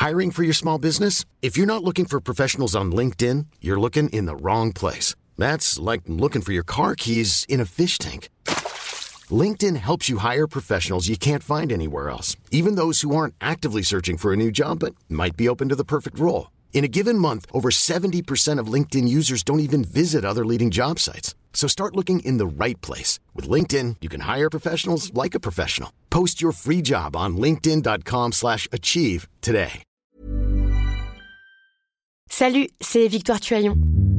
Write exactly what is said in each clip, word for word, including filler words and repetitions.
Hiring for your small business? If you're not looking for professionals on LinkedIn, you're looking in the wrong place. That's like looking for your car keys in a fish tank. LinkedIn helps you hire professionals you can't find anywhere else, even those who aren't actively searching for a new job but might be open to the perfect role. In a given month, over seventy percent of LinkedIn users don't even visit other leading job sites. So start looking in the right place. With LinkedIn, you can hire professionals like a professional. Post your free job on linkedin.com slash achieve today. Salut, c'est Victoire Tuaillon.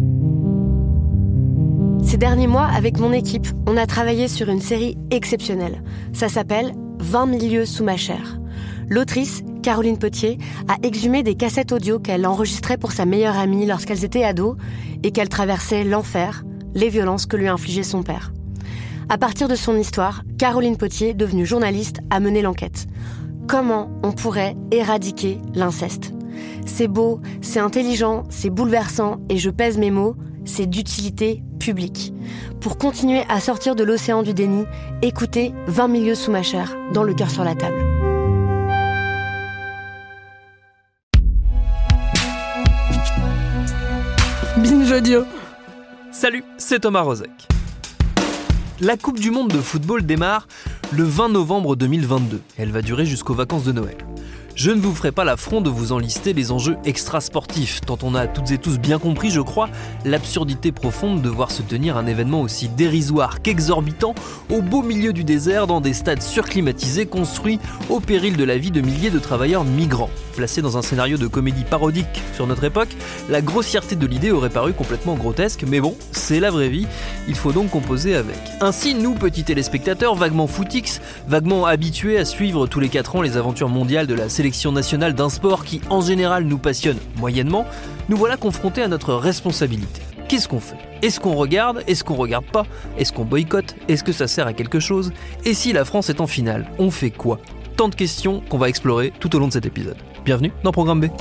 Ces derniers mois, avec mon équipe, on a travaillé sur une série exceptionnelle. Ça s'appelle « vingt mille lieues sous ma chair ». L'autrice, Caroline Potier, a exhumé des cassettes audio qu'elle enregistrait pour sa meilleure amie lorsqu'elles étaient ados et qu'elle traversait l'enfer, les violences que lui infligeait son père. À partir de son histoire, Caroline Potier, devenue journaliste, a mené l'enquête. Comment on pourrait éradiquer l'inceste ? C'est beau, c'est intelligent, c'est bouleversant et je pèse mes mots, c'est d'utilité publique. Pour continuer à sortir de l'océan du déni, écoutez vingt mille lieues sous ma chair dans Le cœur sur la table. Binge audio. Salut, c'est Thomas Rozek. La Coupe du Monde de football démarre le vingt novembre deux mille vingt-deux. Elle va durer jusqu'aux vacances de Noël. Je ne vous ferai pas l'affront de vous en lister les enjeux extra-sportifs, tant on a toutes et tous bien compris, je crois, l'absurdité profonde de voir se tenir un événement aussi dérisoire qu'exorbitant au beau milieu du désert dans des stades surclimatisés construits au péril de la vie de milliers de travailleurs migrants. Placé dans un scénario de comédie parodique sur notre époque, la grossièreté de l'idée aurait paru complètement grotesque, mais bon, c'est la vraie vie, il faut donc composer avec. Ainsi, nous, petits téléspectateurs, vaguement footix, vaguement habitués à suivre tous les quatre ans les aventures mondiales de la sélection nationale d'un sport qui, en général, nous passionne moyennement, nous voilà confrontés à notre responsabilité. Qu'est-ce qu'on fait ? Est-ce qu'on regarde ? Est-ce qu'on regarde pas ? Est-ce qu'on boycotte ? Est-ce que ça sert à quelque chose ? Et si la France est en finale, on fait quoi ? Tant de questions qu'on va explorer tout au long de cet épisode. Bienvenue dans Programme B.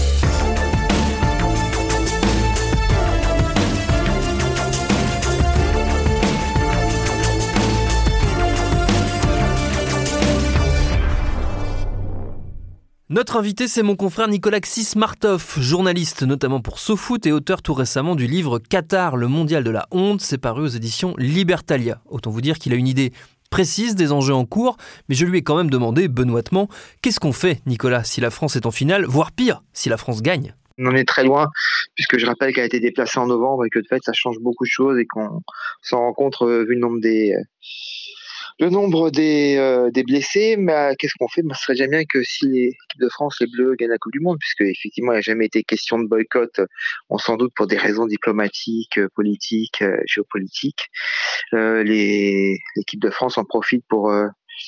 Notre invité, c'est mon confrère Nicolas Xis-Martov, journaliste notamment pour SoFoot et auteur tout récemment du livre Qatar, le mondial de la honte, c'est paru aux éditions Libertalia. Autant vous dire qu'il a une idée précise des enjeux en cours, mais je lui ai quand même demandé, benoîtement, qu'est-ce qu'on fait, Nicolas, si la France est en finale, voire pire, si la France gagne ? On en est très loin, puisque je rappelle qu'elle a été déplacée en novembre et que de fait, ça change beaucoup de choses et qu'on s'en rend compte vu le nombre des... Le nombre des, euh, des blessés, mais euh, qu'est-ce qu'on fait ? Ben, ce serait déjà bien que si l'équipe de France, les Bleus, gagnent la Coupe du Monde, puisque effectivement, il n'y a jamais été question de boycott, on sans doute pour des raisons diplomatiques, politiques, euh, géopolitiques. Euh, les, l'équipe de France en profite pour euh,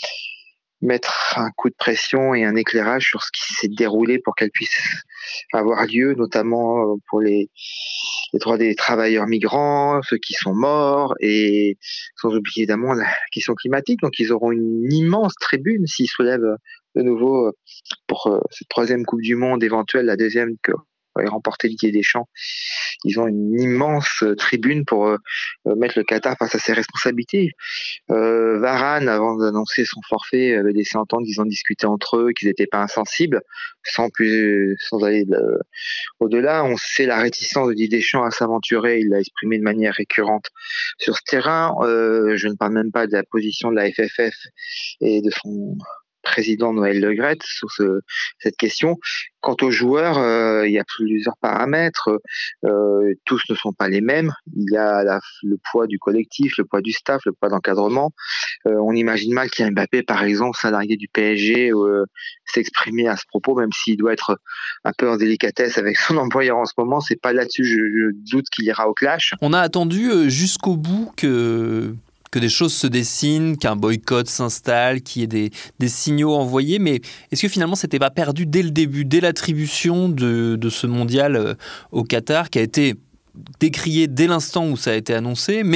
mettre un coup de pression et un éclairage sur ce qui s'est déroulé pour qu'elle puisse avoir lieu, notamment pour les, les droits des travailleurs migrants, ceux qui sont morts, et sans oublier évidemment la question climatique. Donc ils auront une immense tribune s'ils soulèvent de nouveau pour cette troisième Coupe du Monde éventuelle, la deuxième que va remporter Didier Deschamps. Ils ont une immense tribune pour euh, mettre le Qatar face à ses responsabilités. Euh, Varane, avant d'annoncer son forfait, avait laissé entendre qu'ils en discutaient entre eux, qu'ils n'étaient pas insensibles, sans plus, sans aller de, au-delà. On sait la réticence de Didier Deschamps à s'aventurer. Il l'a exprimé de manière récurrente sur ce terrain. Euh, je ne parle même pas de la position de la F F F et de son président Noël Le Graët sur ce, cette question. Quant aux joueurs, euh, il y a plusieurs paramètres. Euh, tous ne sont pas les mêmes. Il y a la, le poids du collectif, le poids du staff, le poids d'encadrement. Euh, on imagine mal qu'un Mbappé, par exemple, salarié du P S G, euh, s'exprimer à ce propos, même s'il doit être un peu en délicatesse avec son employeur en ce moment. C'est pas là-dessus, je, je doute qu'il ira au clash. On a attendu jusqu'au bout que... que des choses se dessinent, qu'un boycott s'installe, qu'il y ait des, des signaux envoyés, mais est-ce que finalement c'était pas perdu dès le début, dès l'attribution de, de ce mondial au Qatar, qui a été décrié dès l'instant où ça a été annoncé, mais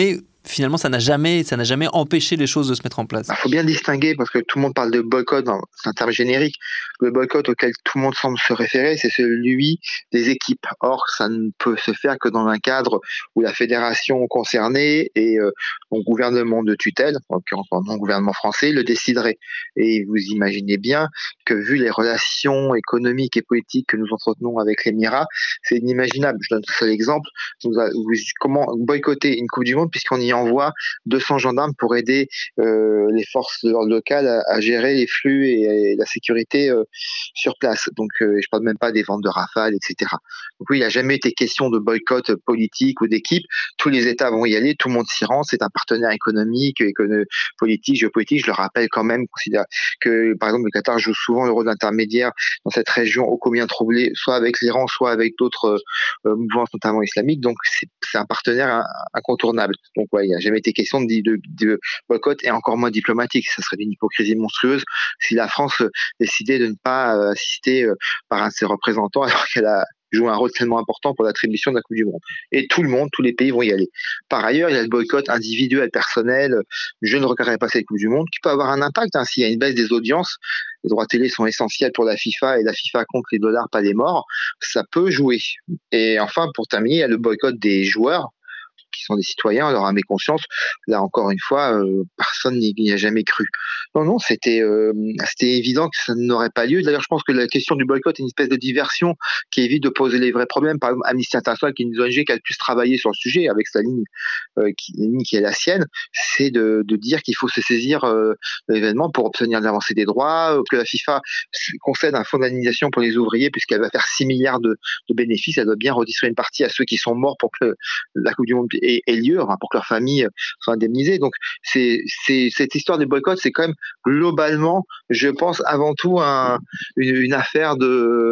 finalement, ça n'a jamais, ça n'a jamais empêché les choses de se mettre en place. Il faut bien distinguer, parce que tout le monde parle de boycott, c'est un terme générique. Le boycott auquel tout le monde semble se référer, c'est celui des équipes. Or, ça ne peut se faire que dans un cadre où la fédération concernée et euh, mon gouvernement de tutelle, en l'occurrence mon gouvernement français, le déciderait. Et vous imaginez bien que vu les relations économiques et politiques que nous entretenons avec l'Émirat, c'est inimaginable. Je donne un seul exemple. Vous, vous, comment boycotter une Coupe du Monde puisqu'on y envoie deux cents gendarmes pour aider euh, les forces de l'ordre local à, à gérer les flux et, et la sécurité euh, sur place. Donc, euh, je parle même pas des ventes de rafales, et cetera. Donc oui, il n'y a jamais été question de boycott politique ou d'équipe. Tous les États vont y aller, tout le monde s'y rend. C'est un partenaire économique, économique, politique, géopolitique. Je le rappelle quand même, considère que par exemple le Qatar joue souvent le rôle d'intermédiaire dans cette région ô combien troublée, soit avec l'Iran, soit avec d'autres euh, mouvances, notamment islamiques. Donc c'est, c'est un partenaire incontournable. Donc ouais, il n'y a jamais été question de, de, de boycott et encore moins diplomatique. Ça serait d'une hypocrisie monstrueuse si la France décidait de ne pas euh, assister euh, par un de ses représentants alors qu'elle a joue un rôle tellement important pour l'attribution de la Coupe du Monde. Et tout le monde, tous les pays vont y aller. Par ailleurs, il y a le boycott individuel, personnel. Je ne regarderai pas cette Coupe du Monde, qui peut avoir un impact. Hein, s'il y a une baisse des audiences, les droits télé sont essentiels pour la FIFA et la FIFA compte les dollars, pas les morts. Ça peut jouer. Et enfin, pour terminer, il y a le boycott des joueurs, qui sont des citoyens, leur âme et conscience. Là, encore une fois, euh, personne n'y a jamais cru. Non, non, c'était, euh, c'était évident que ça n'aurait pas lieu. D'ailleurs, je pense que la question du boycott est une espèce de diversion qui évite de poser les vrais problèmes. Par exemple, Amnesty International, qui est une O N G qui a le plus travaillé sur le sujet, avec sa ligne, euh, qui, ligne qui est la sienne, c'est de, de dire qu'il faut se saisir euh, de l'événement pour obtenir l'avancée des droits, euh, que la FIFA concède un fonds d'indemnisation pour les ouvriers, puisqu'elle va faire six milliards de, de bénéfices. Elle doit bien redistribuer une partie à ceux qui sont morts pour que la Coupe du Monde ait, ait lieu, enfin, pour que leurs familles soient indemnisées. Donc, c'est, c'est, cette histoire de boycott, c'est quand même globalement, je pense, avant tout un, une, une affaire de,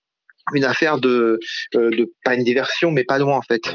une affaire de, de, pas une diversion, mais pas loin en fait.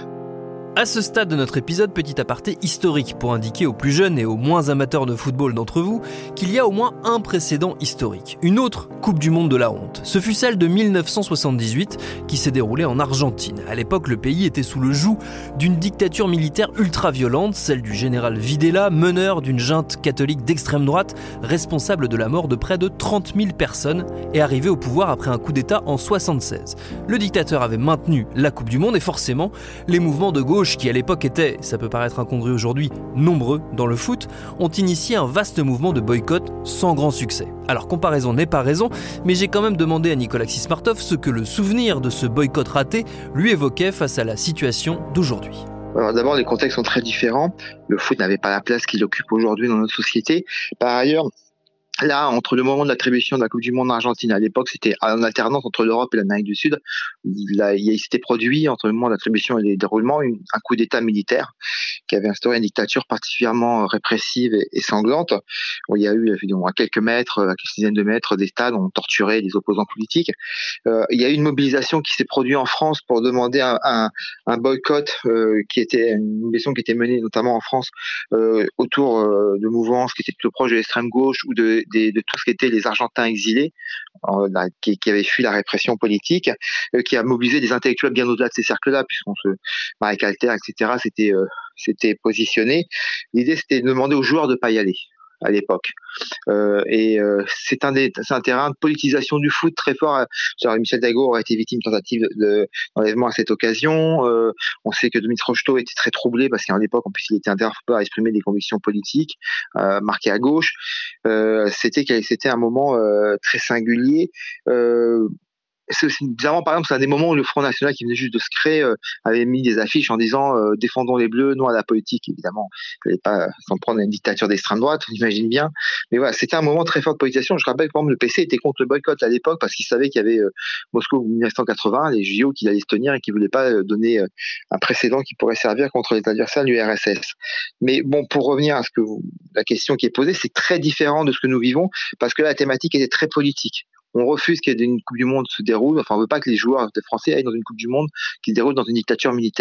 À ce stade de notre épisode, petit aparté historique pour indiquer aux plus jeunes et aux moins amateurs de football d'entre vous qu'il y a au moins un précédent historique, une autre Coupe du Monde de la honte. Ce fut celle de mille neuf cent soixante-dix-huit qui s'est déroulée en Argentine. À l'époque, le pays était sous le joug d'une dictature militaire ultra-violente, celle du général Videla, meneur d'une junte catholique d'extrême droite, responsable de la mort de près de trente mille personnes et arrivé au pouvoir après un coup d'État en soixante-seize. Le dictateur avait maintenu la Coupe du Monde et forcément, les mouvements de gauche qui à l'époque étaient, ça peut paraître incongru aujourd'hui, nombreux dans le foot, ont initié un vaste mouvement de boycott sans grand succès. Alors comparaison n'est pas raison, mais j'ai quand même demandé à Nicolas Xismartov ce que le souvenir de ce boycott raté lui évoquait face à la situation d'aujourd'hui. Alors d'abord, les contextes sont très différents. Le foot n'avait pas la place qu'il occupe aujourd'hui dans notre société. Par ailleurs, là, entre le moment de l'attribution de la Coupe du Monde en Argentine, à l'époque, c'était en alternance entre l'Europe et l'Amérique du Sud. Là, il s'était produit, entre le moment de l'attribution et le déroulement, une, un coup d'État militaire qui avait instauré une dictature particulièrement répressive et, et sanglante. Où il y a eu, évidemment, à quelques mètres, à quelques dizaines de mètres, des stades, on torturait les opposants politiques. Euh, il y a eu une mobilisation qui s'est produite en France pour demander un, un, un boycott, euh, qui était une mobilisation qui était menée notamment en France euh, autour euh, de mouvances qui étaient plutôt proches de l'extrême gauche ou de Des, de tout ce qui était les Argentins exilés, euh, là, qui, qui avaient fui la répression politique, euh, qui a mobilisé des intellectuels bien au-delà de ces cercles-là, puisqu'on se Marek Alter, et cetera, c'était, euh, c'était positionné. L'idée, c'était de demander aux joueurs de pas y aller à l'époque. Euh, et euh, c'est un des, c'est un terrain de politisation du foot très fort. Genre, Michel Dago aurait été victime de tentative de, d'enlèvement à cette occasion. Euh, on sait que Dmitry Rocheteau était très troublé parce qu'à l'époque, en plus, il était interpellé à exprimer des convictions politiques euh, marquées à gauche. Euh, c'était, c'était un moment euh, très singulier. Euh, C'est, c'est, bizarrement, par exemple, c'est un des moments où le Front National, qui venait juste de se créer, euh, avait mis des affiches en disant euh, défendons les Bleus, non à la politique. Évidemment, il fallait pas s'en prendre à une dictature d'extrême droite, on imagine bien. Mais voilà, c'était un moment très fort de politisation. Je rappelle que, par exemple, le P C était contre le boycott à l'époque parce qu'il savait qu'il y avait euh, Moscou en dix-neuf cent quatre-vingts, les J O qu'il allait se tenir et qu'il voulait pas euh, donner euh, un précédent qui pourrait servir contre les adversaires de l'U R S S. Mais bon, pour revenir à ce que vous, la question qui est posée, c'est très différent de ce que nous vivons parce que là, la thématique était très politique. On refuse qu'une Coupe du Monde se déroule, enfin on veut pas que les joueurs français aillent dans une Coupe du Monde qui se déroule dans une dictature militaire.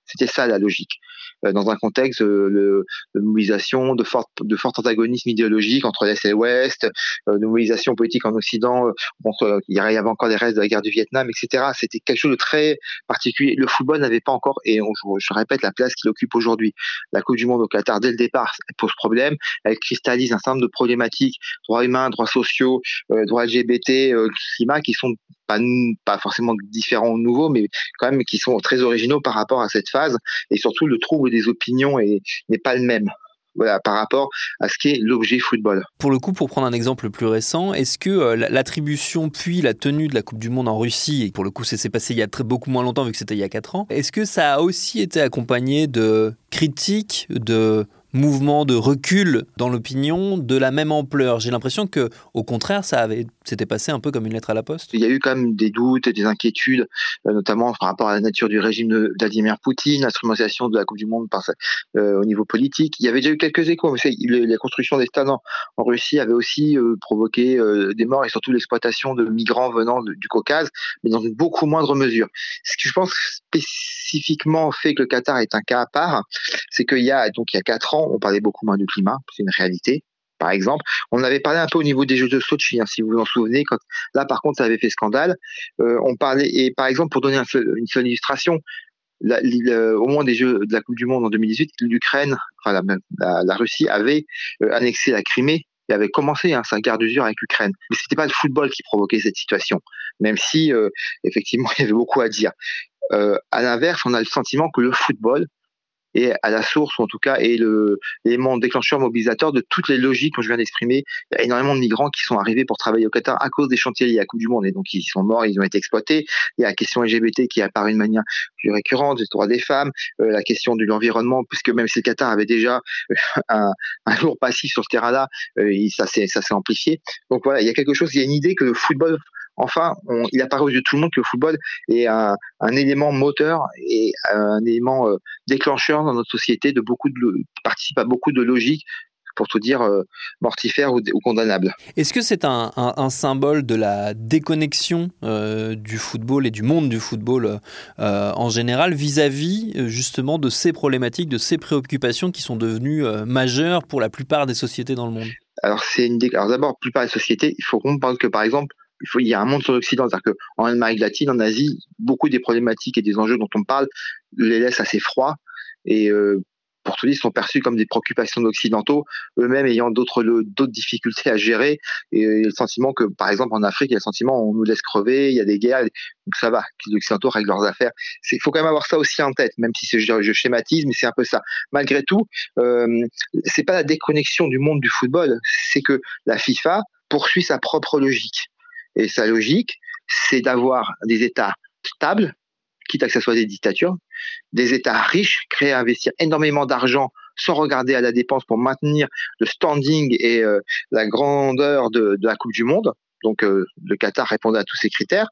C'était ça la logique. Euh, dans un contexte euh, le, de mobilisation, de fort, de fort antagonisme idéologique entre l'Est et l'Ouest, euh, de mobilisation politique en Occident, euh, contre, euh, il y avait encore des restes de la guerre du Vietnam, et cetera. C'était quelque chose de très particulier. Le football n'avait pas encore, et on, je, je répète, la place qu'il occupe aujourd'hui. La Coupe du Monde au Qatar, dès le départ, elle pose problème. Elle cristallise un certain nombre de problématiques, droits humains, droits sociaux, euh, droits L G B T, euh, climat, qui sont pas, pas forcément différents ou nouveaux, mais quand même qui sont très originaux par rapport à cette phase. Et surtout, le trouble des opinions est, n'est pas le même. Voilà, par rapport à ce qu'est l'objet football. Pour le coup, pour prendre un exemple plus récent, est-ce que euh, l'attribution puis la tenue de la Coupe du Monde en Russie, et pour le coup ça s'est passé il y a très, beaucoup moins longtemps vu que c'était il y a quatre ans, est-ce que ça a aussi été accompagné de critiques, de mouvements de recul dans l'opinion de la même ampleur? J'ai l'impression que, au contraire, ça avait, c'était passé un peu comme une lettre à la poste. Il y a eu quand même des doutes et des inquiétudes, euh, notamment par rapport à la nature du régime de Vladimir Poutine, l'instrumentalisation de la Coupe du Monde par, euh, au niveau politique. Il y avait déjà eu quelques échos, mais la construction des stades en, en Russie avait aussi euh, provoqué euh, des morts et surtout l'exploitation de migrants venant de, du Caucase, mais dans une beaucoup moindre mesure. Ce que je pense spécifiquement fait que le Qatar est un cas à part, c'est qu'il y a donc il y a quatre ans, on parlait beaucoup moins du climat, c'est une réalité. Par exemple, on avait parlé un peu au niveau des Jeux de Sochi, hein, si vous vous en souvenez. Quand là, par contre, ça avait fait scandale. Euh, on parlait et par exemple, pour donner un seul, une seule illustration, la, la, au moment des Jeux de la Coupe du Monde en deux mille dix-huit, l'Ukraine, enfin la, la, la Russie avait euh, annexé la Crimée et avait commencé hein, sa guerre d'usure avec l'Ukraine. Mais c'était pas le football qui provoquait cette situation, même si euh, effectivement il y avait beaucoup à dire. Euh, à l'inverse, on a le sentiment que le football et à la source, ou en tout cas, est le, l'élément déclencheur mobilisateur de toutes les logiques que je viens d'exprimer. Il y a énormément de migrants qui sont arrivés pour travailler au Qatar à cause des chantiers liés à la Coupe du Monde, et donc ils sont morts, ils ont été exploités. Il y a la question L G B T qui apparaît de manière plus récurrente, les droits des femmes, euh, la question de l'environnement, puisque même si le Qatar avait déjà un, un lourd passif sur ce terrain-là, euh, ça, s'est, ça s'est amplifié. Donc voilà, il y a quelque chose, il y a une idée que le football, enfin, on, il apparaît aux yeux de tout le monde que le football est un, un élément moteur et un élément euh, déclencheur dans notre société, de beaucoup de, participe à beaucoup de logiques, pour tout dire, euh, mortifères ou, ou condamnables. Est-ce que c'est un, un, un symbole de la déconnexion euh, du football et du monde du football euh, en général vis-à-vis justement de ces problématiques, de ces préoccupations qui sont devenues euh, majeures pour la plupart des sociétés dans le monde? Alors, c'est une dé... Alors d'abord, la plupart des sociétés, il faut comprendre que par exemple, il, faut, il y a un monde sur l'Occident, c'est-à-dire qu'en Amérique latine, en Asie, beaucoup des problématiques et des enjeux dont on parle les laissent assez froids et euh, pour tout dire, sont perçus comme des préoccupations d'occidentaux, eux-mêmes ayant d'autres, d'autres difficultés à gérer. Et le sentiment que, par exemple, en Afrique, il y a le sentiment on nous laisse crever, il y a des guerres, donc ça va, que les occidentaux règlent leurs affaires. Il faut quand même avoir ça aussi en tête, même si c'est, je, je schématise, mais c'est un peu ça. Malgré tout, euh, c'est pas la déconnexion du monde du football, c'est que la FIFA poursuit sa propre logique. Et sa logique, c'est d'avoir des États stables, quitte à que ce soit des dictatures, des États riches, créés à investir énormément d'argent sans regarder à la dépense pour maintenir le standing et euh, la grandeur de, de la Coupe du Monde. Donc euh, le Qatar répondait à tous ces critères.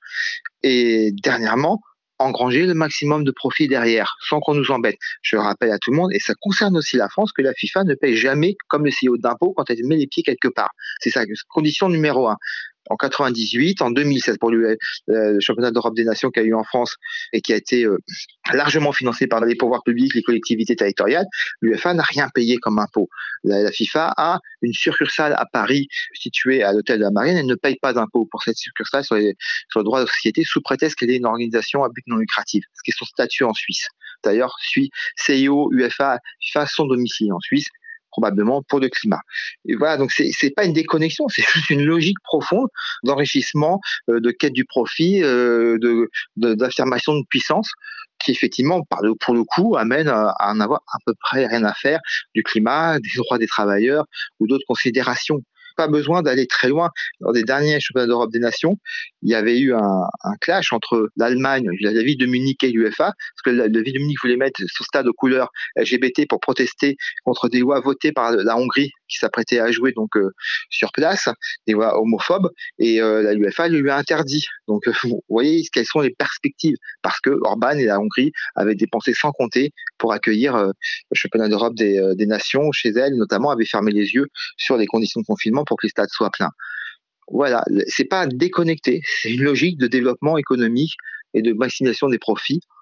Et dernièrement, engranger le maximum de profit derrière, sans qu'on nous embête. Je rappelle à tout le monde, et ça concerne aussi la France, que la FIFA ne paye jamais comme le C E O d'impôt quand elle met les pieds quelque part. C'est ça, condition numéro un. En quatre-vingt-dix-huit, en deux mille seize pour le, le championnat d'Europe des Nations qu'il y a eu en France et qui a été euh, largement financé par les pouvoirs publics, les collectivités territoriales, l'UEFA n'a rien payé comme impôt. La, la FIFA a une succursale à Paris située à l'hôtel de la Marine, elle ne paye pas d'impôt pour cette succursale sur, les, sur le droit de société sous prétexte qu'elle est une organisation à but non lucratif, ce qui est son statut en Suisse. D'ailleurs, suit C I O, UEFA, FIFA sont domiciliés en Suisse, probablement pour le climat. Et voilà, donc c'est c'est pas une déconnexion, c'est juste une logique profonde d'enrichissement, euh, de quête du profit, euh, de, de d'affirmation de puissance, qui effectivement, par le, pour le coup, amène à, à en avoir à peu près rien à faire du climat, des droits des travailleurs ou d'autres considérations. Pas besoin d'aller très loin. Dans les derniers championnats d'Europe des Nations, il y avait eu un, un clash entre l'Allemagne, la ville de Munich et l'UEFA, parce que la, la ville de Munich voulait mettre son stade aux couleurs L G B T pour protester contre des lois votées par la Hongrie qui s'apprêtait à jouer donc euh, sur place, des lois homophobes, et euh, la UEFA lui a interdit. Donc euh, vous voyez quelles sont les perspectives, parce que Orban et la Hongrie avaient dépensé sans compter pour accueillir euh, le championnat d'Europe des, euh, des Nations chez elles, notamment avaient fermé les yeux sur les conditions de confinement pour que les stades soient pleins. Voilà, c'est pas déconnecté, c'est une logique de développement économique et de maximisation des profits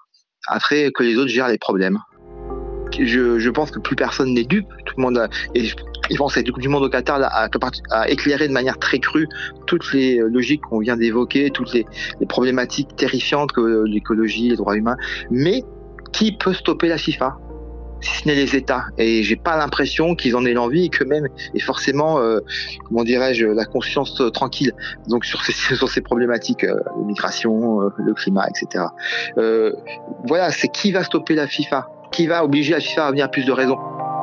Après, que les autres gèrent les problèmes. Je, je pense que plus personne n'est dupe. Tout le monde a, et je, je pense que la Coupe du Monde au Qatar a, a, a éclairé de manière très crue toutes les logiques qu'on vient d'évoquer, toutes les, les problématiques terrifiantes que l'écologie, les droits humains. Mais qui peut stopper la FIFA ? Si ce n'est les États. Et j'ai pas l'impression qu'ils en aient l'envie et que même, et forcément, euh, comment dirais-je, la conscience euh, tranquille. Donc sur ces, sur ces problématiques, euh, l'immigration, euh, le climat, et cetera. Euh, voilà, c'est qui va stopper la FIFA ? Qui va obliger la FIFA à venir à plus de raisons ?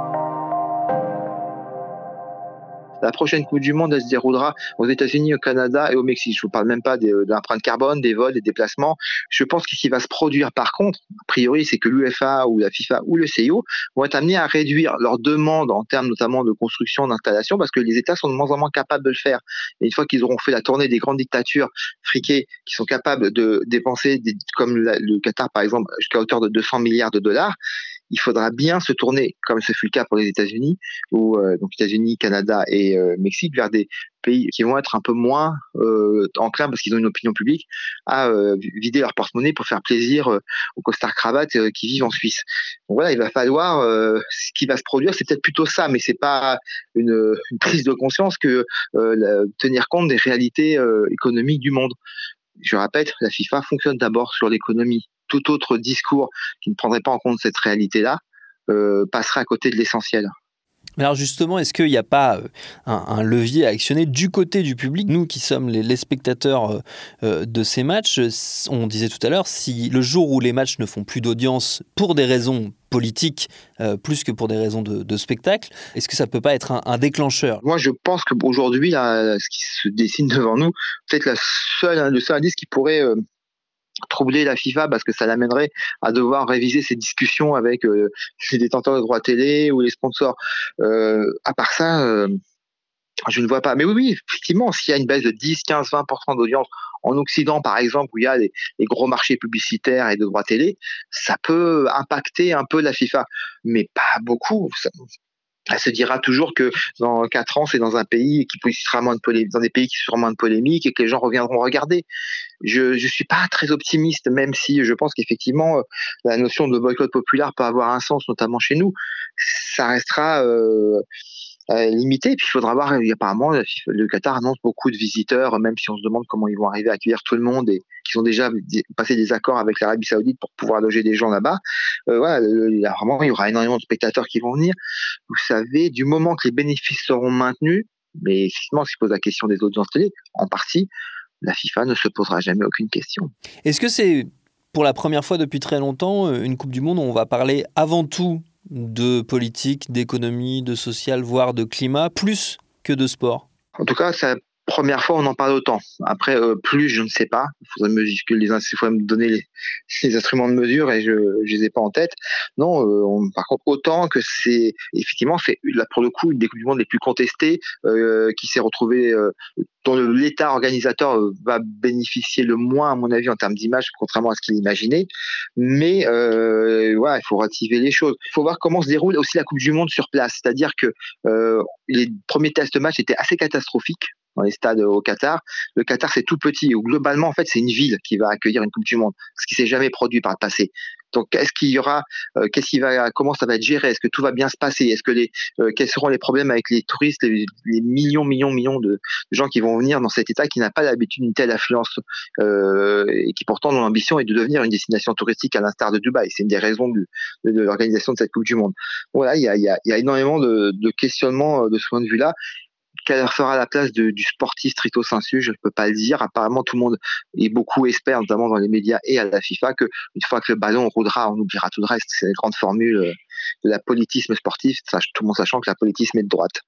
La prochaine Coupe du Monde, elle se déroulera aux États-Unis, au Canada et au Mexique. Je vous parle même pas des, de l'empreinte carbone, des vols, des déplacements. Je pense que ce qui va se produire par contre, a priori, c'est que l'U F A ou la FIFA ou le C I O vont être amenés à réduire leurs demandes en termes notamment de construction, d'installation, parce que les États sont de moins en moins capables de le faire. Et une fois qu'ils auront fait la tournée des grandes dictatures friquées qui sont capables de dépenser, des, comme la, le Qatar par exemple, jusqu'à hauteur de deux cents milliards de dollars, il faudra bien se tourner, comme ce fut le cas pour les États-Unis, ou euh, donc États-Unis, Canada et euh, Mexique, vers des pays qui vont être un peu moins euh, enclins, parce qu'ils ont une opinion publique, à euh, vider leur porte-monnaie pour faire plaisir euh, aux costards cravates euh, qui vivent en Suisse. Donc voilà, il va falloir, euh, ce qui va se produire, c'est peut-être plutôt ça, mais c'est pas une, une prise de conscience que euh, la, tenir compte des réalités euh, économiques du monde. Je répète, la FIFA fonctionne d'abord sur l'économie. Tout autre discours qui ne prendrait pas en compte cette réalité-là euh, passerait à côté de l'essentiel. Alors justement, est-ce qu'il n'y a pas un, un levier à actionner du côté du public ? Nous qui sommes les, les spectateurs euh, de ces matchs, on disait tout à l'heure, si le jour où les matchs ne font plus d'audience pour des raisons politiques, euh, plus que pour des raisons de, de spectacle, est-ce que ça ne peut pas être un, un déclencheur ? Moi, je pense qu'aujourd'hui, là, ce qui se dessine devant nous, peut-être la seule, le seul indice qui pourrait... Euh, troubler la FIFA parce que ça l'amènerait à devoir réviser ses discussions avec euh, les détenteurs de droits télé ou les sponsors. Euh, à part ça, euh, je ne vois pas. Mais oui, oui, effectivement, s'il y a une baisse de dix, quinze, vingt pour cent d'audience en Occident, par exemple, où il y a les, les gros marchés publicitaires et de droits télé, ça peut impacter un peu la FIFA, mais pas beaucoup. Ça, elle se dira toujours que dans quatre ans, c'est dans un pays qui suscitera moins de polémiques, dans des pays qui susciteront moins de polémiques et que les gens reviendront regarder. Je je suis pas très optimiste, même si je pense qu'effectivement la notion de boycott populaire peut avoir un sens, notamment chez nous. Ça restera euh, euh, limité. Puis il faudra voir. Apparemment, le Qatar annonce beaucoup de visiteurs, même si on se demande comment ils vont arriver à accueillir tout le monde et qu'ils ont déjà passé des accords avec l'Arabie Saoudite pour pouvoir loger des gens là-bas. Euh, voilà, vraiment, il y aura énormément de spectateurs qui vont venir. Vous savez, du moment que les bénéfices seront maintenus, mais effectivement, si je pose la question des audiences télé, en partie, la FIFA ne se posera jamais aucune question. Est-ce que c'est, pour la première fois depuis très longtemps, une Coupe du Monde où on va parler avant tout de politique, d'économie, de social, voire de climat, plus que de sport ? En tout cas, ça... Première fois, on en parle autant. Après, euh, plus, je ne sais pas. Il faudrait me, les, il faudrait me donner les, les instruments de mesure et je ne les ai pas en tête. Non, euh, on, par contre, autant que c'est, effectivement, c'est là, pour le coup, une des Coupes du Monde les plus contestées, euh, qui s'est retrouvée, euh, dont le, l'État organisateur euh, va bénéficier le moins, à mon avis, en termes d'image, contrairement à ce qu'il imaginait. Mais, euh, ouais, il faut relativiser les choses. Il faut voir comment se déroule aussi la Coupe du Monde sur place. C'est-à-dire que euh, les premiers test matchs étaient assez catastrophiques dans les stades au Qatar. Le Qatar, c'est tout petit. Où globalement, en fait, c'est une ville qui va accueillir une Coupe du Monde, ce qui s'est jamais produit par le passé. Donc, est-ce qu'il y aura, euh, qu'est-ce qui va, comment ça va être géré? Est-ce que tout va bien se passer? Est-ce que les, euh, quels seront les problèmes avec les touristes, les, les millions, millions, millions de, de gens qui vont venir dans cet État qui n'a pas d'habitude d'une telle affluence euh, et qui pourtant ont l'ambition est de devenir une destination touristique à l'instar de Dubaï. C'est une des raisons du, de, de l'organisation de cette Coupe du Monde. Voilà, il y a, il y a, il y a énormément de, de questionnements de ce point de vue-là. Quelle sera la place de, du sportif stricto sensu, je ne peux pas le dire. Apparemment, tout le monde et beaucoup espèrent, notamment dans les médias et à la FIFA, que une fois que le ballon roulera, on oubliera tout le reste. C'est la grande formule de la politisme sportif, tout le monde sachant que la politisme est de droite.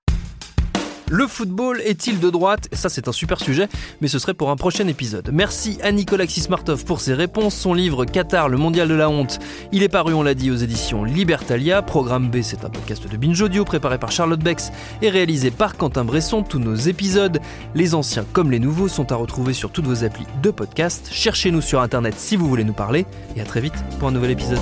Le football est-il de droite ? Ça, c'est un super sujet, mais ce serait pour un prochain épisode. Merci à Nicolas Xismartov pour ses réponses. Son livre « Qatar, le mondial de la honte », il est paru, on l'a dit, aux éditions Libertalia. Programme B, c'est un podcast de Binge Audio préparé par Charlotte Bex et réalisé par Quentin Bresson. Tous nos épisodes, les anciens comme les nouveaux, sont à retrouver sur toutes vos applis de podcast. Cherchez-nous sur Internet si vous voulez nous parler. Et à très vite pour un nouvel épisode.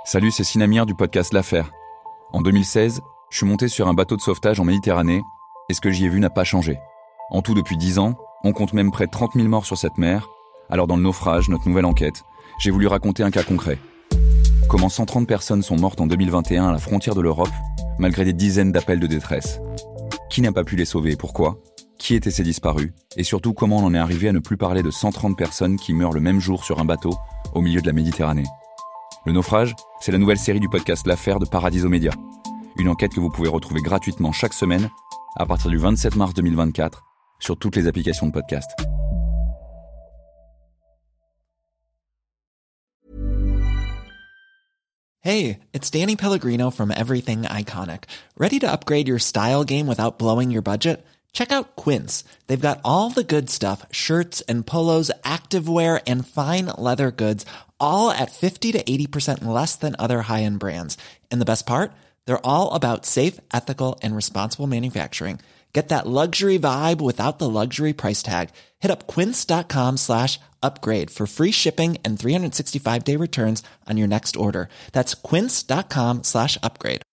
Salut, c'est Sinamir du podcast L'Affaire. En deux mille seize, je suis monté sur un bateau de sauvetage en Méditerranée et ce que j'y ai vu n'a pas changé. En tout, depuis dix ans, on compte même près de trente mille morts sur cette mer. Alors dans le naufrage, notre nouvelle enquête, j'ai voulu raconter un cas concret. Comment cent trente personnes sont mortes en deux mille vingt et un à la frontière de l'Europe, malgré des dizaines d'appels de détresse. Qui n'a pas pu les sauver et pourquoi ? Qui étaient ces disparus ? Et surtout, comment on en est arrivé à ne plus parler de cent trente personnes qui meurent le même jour sur un bateau au milieu de la Méditerranée ? Le naufrage, c'est la nouvelle série du podcast L'Affaire de Paradiso Media. Une enquête que vous pouvez retrouver gratuitement chaque semaine à partir du vingt-sept mars deux mille vingt-quatre sur toutes les applications de podcast. Hey, it's Danny Pellegrino from Everything Iconic. Ready to upgrade your style game without blowing your budget? Check out Quince. They've got all the good stuff, shirts and polos, activewear, and fine leather goods, all at fifty to eighty percent less than other high-end brands. And the best part? They're all about safe, ethical, and responsible manufacturing. Get that luxury vibe without the luxury price tag. Hit up quince.com slash upgrade for free shipping and three sixty-five day returns on your next order. That's quince.com slash upgrade.